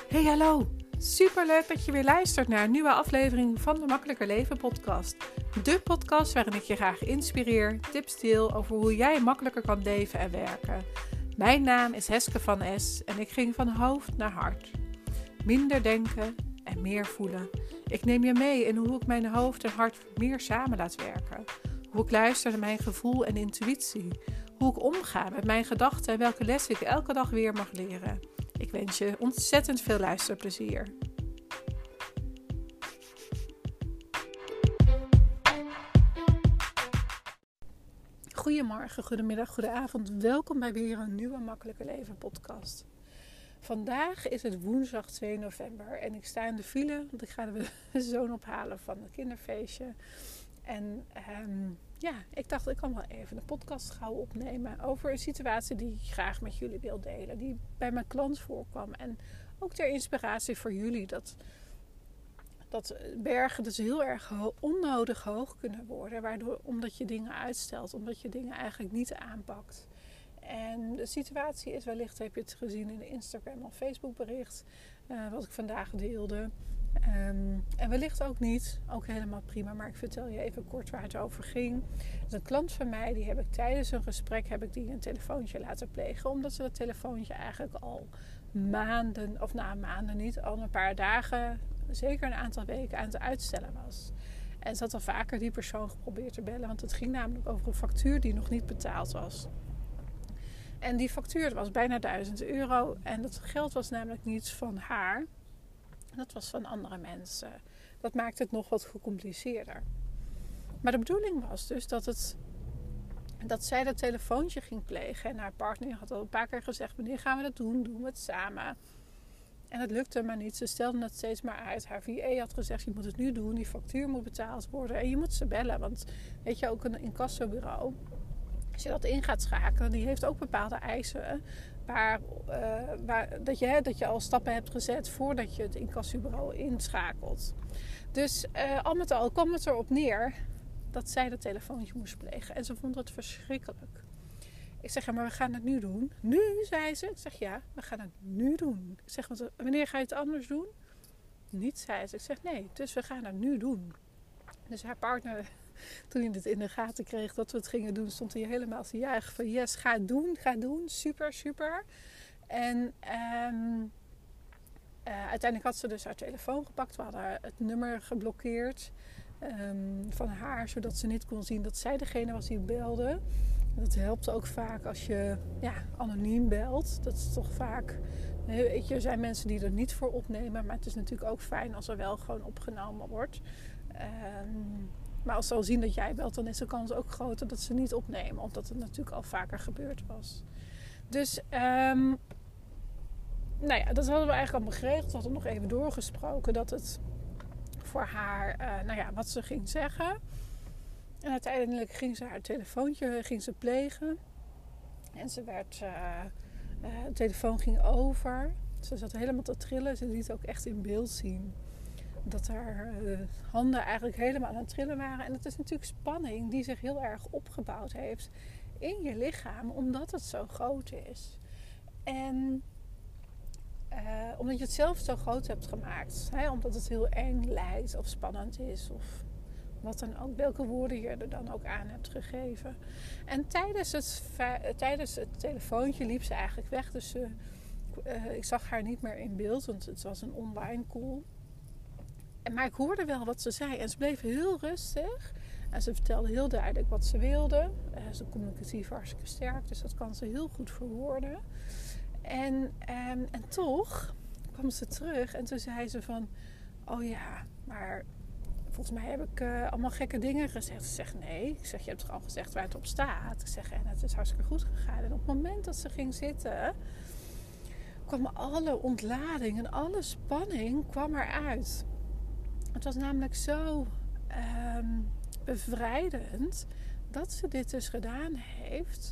Hey, hallo! Superleuk dat je weer luistert naar een nieuwe aflevering van de Makkelijker Leven podcast. De podcast waarin ik je graag inspireer, tips deel over hoe jij makkelijker kan leven en werken. Mijn naam is Heske van S en ik ging van hoofd naar hart. Minder denken en meer voelen. Ik neem je mee in hoe ik mijn hoofd en hart meer samen laat werken. Hoe ik luister naar mijn gevoel en intuïtie. Hoe ik omga met mijn gedachten en welke lessen ik elke dag weer mag leren. Ik wens je ontzettend veel luisterplezier. Goedemorgen, goedemiddag, goedenavond. Welkom bij weer een nieuwe Makkelijker Leven podcast. Vandaag is het woensdag 2 november en ik sta in de file, want ik ga de zoon ophalen van het kinderfeestje. En ik dacht ik kan wel even een podcast gauw opnemen over een situatie die ik graag met jullie wil delen. Die bij mijn klant voorkwam. En ook ter inspiratie voor jullie dat bergen dus heel erg onnodig hoog kunnen worden. Omdat je dingen uitstelt, omdat je dingen eigenlijk niet aanpakt. En de situatie is wellicht, heb je het gezien in de Instagram of Facebook bericht. Wat ik vandaag deelde. En wellicht ook niet, ook helemaal prima, maar ik vertel je even kort waar het over ging. Dus een klant van mij, die heb ik tijdens een gesprek een telefoontje laten plegen, omdat ze dat telefoontje eigenlijk al al een paar dagen, zeker een aantal weken aan het uitstellen was. En ze had al vaker die persoon geprobeerd te bellen, want het ging namelijk over een factuur die nog niet betaald was. En die factuur was bijna €1000 en dat geld was namelijk niet van haar. Dat was van andere mensen. Dat maakt het nog wat gecompliceerder. Maar de bedoeling was dus dat zij dat telefoontje ging plegen. En haar partner had al een paar keer gezegd: wanneer gaan we dat doen? Doen we het samen? En het lukte maar niet. Ze stelden het steeds maar uit. Haar VA had gezegd: je moet het nu doen. Die factuur moet betaald worden. En je moet ze bellen. Want weet je, ook een incassobureau, als je dat in gaat schakelen, die heeft ook bepaalde eisen. Dat je al stappen hebt gezet voordat je het incassobureau inschakelt. Dus al met al kwam het erop neer dat zij dat telefoontje moest plegen. En ze vond het verschrikkelijk. Ik zeg: ja, maar we gaan het nu doen. Nu, zei ze. Ik zeg: ja, we gaan het nu doen. Ik zeg: wanneer ga je het anders doen? Niet, zei ze. Ik zeg: nee, dus we gaan het nu doen. Dus haar partner, toen hij het in de gaten kreeg dat we het gingen doen, stond hij helemaal te juichen van: yes, ga doen, super, super. En uiteindelijk had ze dus haar telefoon gepakt. We hadden het nummer geblokkeerd van haar, zodat ze niet kon zien dat zij degene was die belde. Dat helpt ook vaak als je anoniem belt. Dat is toch vaak, weet je, er zijn mensen die er niet voor opnemen, maar het is natuurlijk ook fijn als er wel gewoon opgenomen wordt. Maar als ze al zien dat jij belt, dan is de kans ook groter dat ze niet opnemen. Omdat het natuurlijk al vaker gebeurd was. Dus, dat hadden we eigenlijk al geregeld. We hadden nog even doorgesproken dat het voor haar, wat ze ging zeggen. En uiteindelijk ging ze haar telefoontje plegen. En ze werd, de telefoon ging over. Ze zat helemaal te trillen. Ze liet ook echt in beeld zien dat haar handen eigenlijk helemaal aan het trillen waren. En dat is natuurlijk spanning die zich heel erg opgebouwd heeft in je lichaam, omdat het zo groot is. En omdat je het zelf zo groot hebt gemaakt. Omdat het heel eng lijkt of spannend is of wat dan ook. Welke woorden je er dan ook aan hebt gegeven. En tijdens het telefoontje liep ze eigenlijk weg. Dus ik zag haar niet meer in beeld, want het was een online call. Maar ik hoorde wel wat ze zei. En ze bleef heel rustig. En ze vertelde heel duidelijk wat ze wilde. Ze is communicatief hartstikke sterk. Dus dat kan ze heel goed verwoorden. En toch kwam ze terug. En toen zei ze van: oh ja, maar volgens mij heb ik allemaal gekke dingen gezegd. Ze zegt: nee. Ik zeg: je hebt toch al gezegd waar het op staat? Ik zeg: en het is hartstikke goed gegaan. En op het moment dat ze ging zitten, kwam alle ontlading en alle spanning kwam eruit. Het was namelijk zo bevrijdend dat ze dit dus gedaan heeft.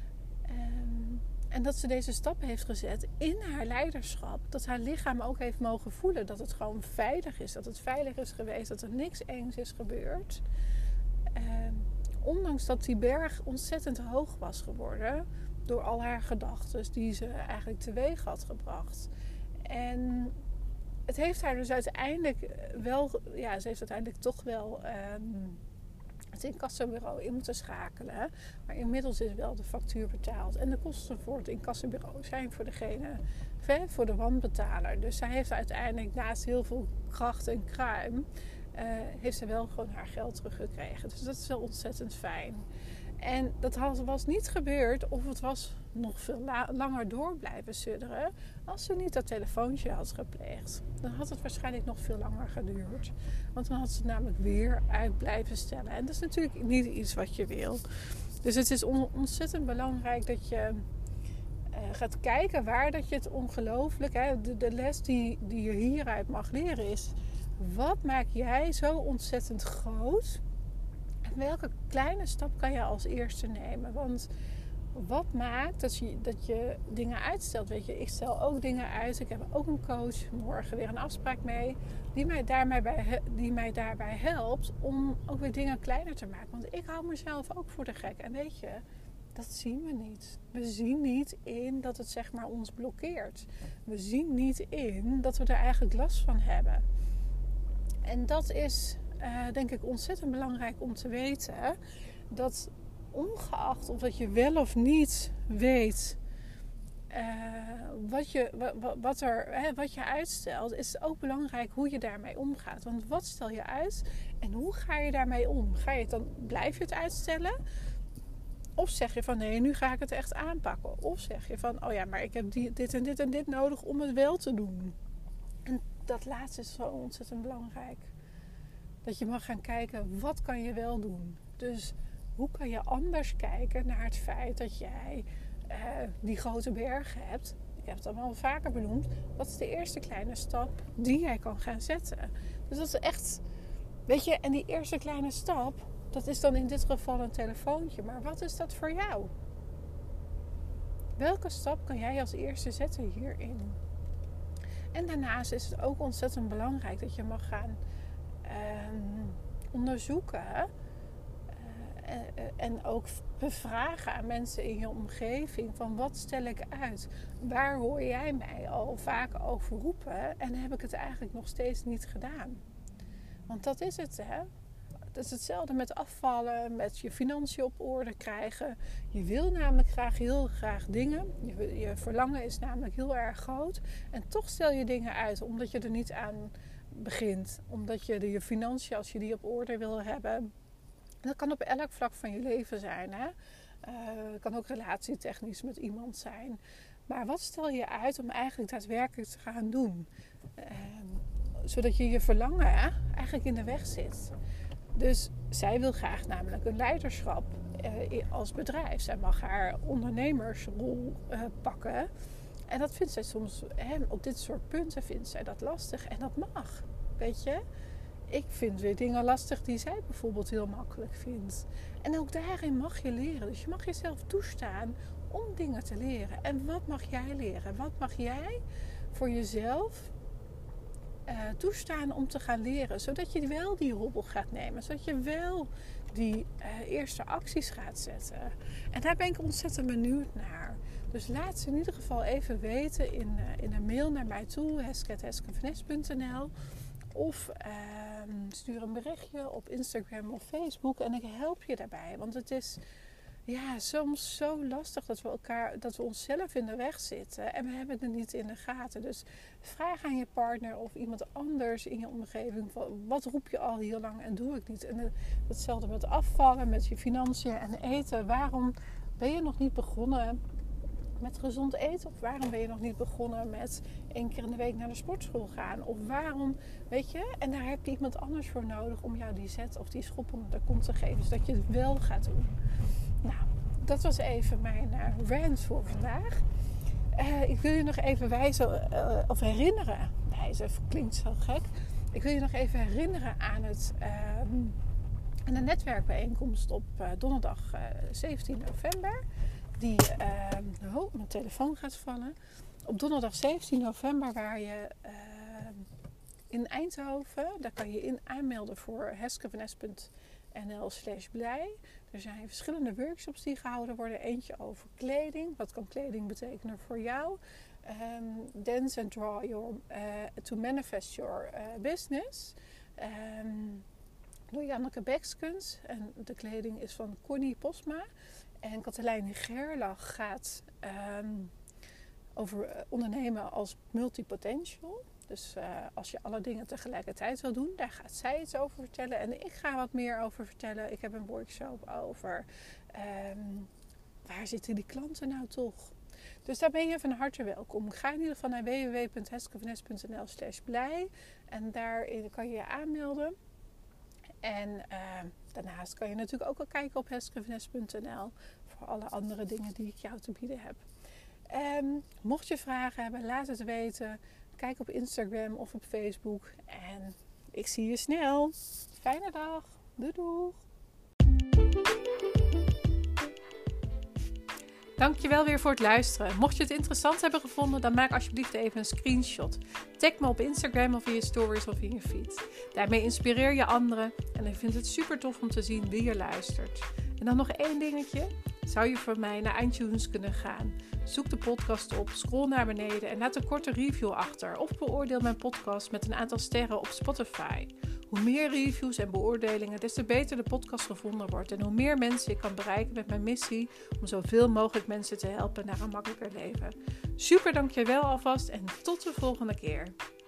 En dat ze deze stap heeft gezet in haar leiderschap. Dat haar lichaam ook heeft mogen voelen dat het gewoon veilig is. Dat het veilig is geweest. Dat er niks engs is gebeurd. Ondanks dat die berg ontzettend hoog was geworden. Door al haar gedachten die ze eigenlijk teweeg had gebracht. En het heeft haar dus uiteindelijk wel... Ja, ze heeft uiteindelijk toch wel het incassobureau in moeten schakelen. Maar inmiddels is wel de factuur betaald. En de kosten voor het incassobureau zijn voor degene... voor de wanbetaler. Dus zij heeft uiteindelijk naast heel veel kracht en kruim... heeft ze wel gewoon haar geld teruggekregen. Dus dat is wel ontzettend fijn. En dat was niet gebeurd of het was nog veel langer door blijven sudderen... als ze niet dat telefoontje had gepleegd. Dan had het waarschijnlijk nog veel langer geduurd. Want dan had ze het namelijk weer uit blijven stellen. En dat is natuurlijk niet iets wat je wil. Dus het is ontzettend belangrijk dat je gaat kijken waar dat je het ongelooflijk... De les die je hieruit mag leren is... Wat maak jij zo ontzettend groot? En welke kleine stap kan je als eerste nemen? Want wat maakt dat je dingen uitstelt? Weet je, ik stel ook dingen uit. Ik heb ook een coach. Morgen weer een afspraak mee. Die mij daarbij helpt om ook weer dingen kleiner te maken. Want ik hou mezelf ook voor de gek. En weet je, dat zien we niet. We zien niet in dat het zeg maar ons blokkeert. We zien niet in dat we er eigenlijk last van hebben. En dat is denk ik ontzettend belangrijk om te weten. Dat ongeacht of dat je wel of niet weet wat je uitstelt, is het ook belangrijk hoe je daarmee omgaat. Want wat stel je uit en hoe ga je daarmee om? Blijf je het uitstellen? Of zeg je van nee, nu ga ik het echt aanpakken. Of zeg je van oh ja, maar ik heb dit en dit en dit nodig om het wel te doen. En dat laatste is zo ontzettend belangrijk. Dat je mag gaan kijken, wat kan je wel doen? Dus hoe kan je anders kijken naar het feit dat jij die grote bergen hebt? Ik heb het allemaal vaker benoemd. Wat is de eerste kleine stap die jij kan gaan zetten? Dus dat is echt, weet je, en die eerste kleine stap, dat is dan in dit geval een telefoontje. Maar wat is dat voor jou? Welke stap kan jij als eerste zetten hierin? En daarnaast is het ook ontzettend belangrijk dat je mag gaan onderzoeken en ook bevragen aan mensen in je omgeving van wat stel ik uit? Waar hoor jij mij al vaak over roepen en heb ik het eigenlijk nog steeds niet gedaan? Want dat is het, hè? Dat is hetzelfde met afvallen, met je financiën op orde krijgen. Je wil namelijk heel graag dingen. Je verlangen is namelijk heel erg groot. En toch stel je dingen uit omdat je er niet aan begint. Omdat je je financiën, als je die op orde wil hebben. Dat kan op elk vlak van je leven zijn. Hè? Het kan ook relatietechnisch met iemand zijn. Maar wat stel je uit om eigenlijk daadwerkelijk te gaan doen? Zodat je verlangen eigenlijk in de weg zit. Dus zij wil graag namelijk een leiderschap als bedrijf. Zij mag haar ondernemersrol pakken. En dat vindt zij soms, op dit soort punten vindt zij dat lastig. En dat mag, weet je. Ik vind weer dingen lastig die zij bijvoorbeeld heel makkelijk vindt. En ook daarin mag je leren. Dus je mag jezelf toestaan om dingen te leren. En wat mag jij leren? Wat mag jij voor jezelf toestaan om te gaan leren? Zodat je wel die hobbel gaat nemen. Zodat je wel die eerste acties gaat zetten. En daar ben ik ontzettend benieuwd naar. Dus laat ze in ieder geval even weten in een mail naar mij toe. hesket@heskevaness.nl Of stuur een berichtje op Instagram of Facebook. En ik help je daarbij. Want het is soms zo lastig dat we onszelf in de weg zitten. En we hebben het niet in de gaten. Dus vraag aan je partner of iemand anders in je omgeving. Wat roep je al heel lang en doe ik niet? En hetzelfde met afvallen, met je financiën en eten. Waarom ben je nog niet begonnen met gezond eten? Of waarom ben je nog niet begonnen met 1 keer in de week naar de sportschool gaan? Of waarom, weet je? En daar heb je iemand anders voor nodig om jou die zet of die schop onder de kont te geven. Zodat je het wel gaat doen. Nou, dat was even mijn rant voor vandaag. Ik wil je nog even herinneren. Wijzen klinkt zo gek. Ik wil je nog even herinneren aan de netwerkbijeenkomst op donderdag 17 november. Mijn telefoon gaat vallen. Op donderdag 17 november waar je in Eindhoven. Daar kan je aanmelden voor heskevaness.nl www.heskevenness.nl/blij. Er zijn verschillende workshops die gehouden worden. Eentje over kleding. Wat kan kleding betekenen voor jou? Dance and Draw to Manifest Your Business. Door Janneke Bekskens. En de kleding is van Connie Posma. En Katelijne Gerlach gaat over ondernemen als multipotential. Dus als je alle dingen tegelijkertijd wil doen, daar gaat zij iets over vertellen. En ik ga wat meer over vertellen. Ik heb een workshop over waar zitten die klanten nou toch? Dus daar ben je van harte welkom. Ga in ieder geval naar www.heskevenness.nl/blij. En daarin kan je je aanmelden. En daarnaast kan je natuurlijk ook al kijken op heskevenness.nl voor alle andere dingen die ik jou te bieden heb. Mocht je vragen hebben, laat het weten. Kijk op Instagram of op Facebook. En ik zie je snel. Fijne dag. Doei doeg. Dankjewel weer voor het luisteren. Mocht je het interessant hebben gevonden, dan maak alsjeblieft even een screenshot. Tag me op Instagram of in je stories of in je feed. Daarmee inspireer je anderen en ik vind het super tof om te zien wie je luistert. En dan nog één dingetje. Zou je voor mij naar iTunes kunnen gaan? Zoek de podcast op, scroll naar beneden en laat een korte review achter. Of beoordeel mijn podcast met een aantal sterren op Spotify. Hoe meer reviews en beoordelingen, des te beter de podcast gevonden wordt. En hoe meer mensen ik kan bereiken met mijn missie om zoveel mogelijk mensen te helpen naar een makkelijker leven. Super, dankjewel alvast en tot de volgende keer.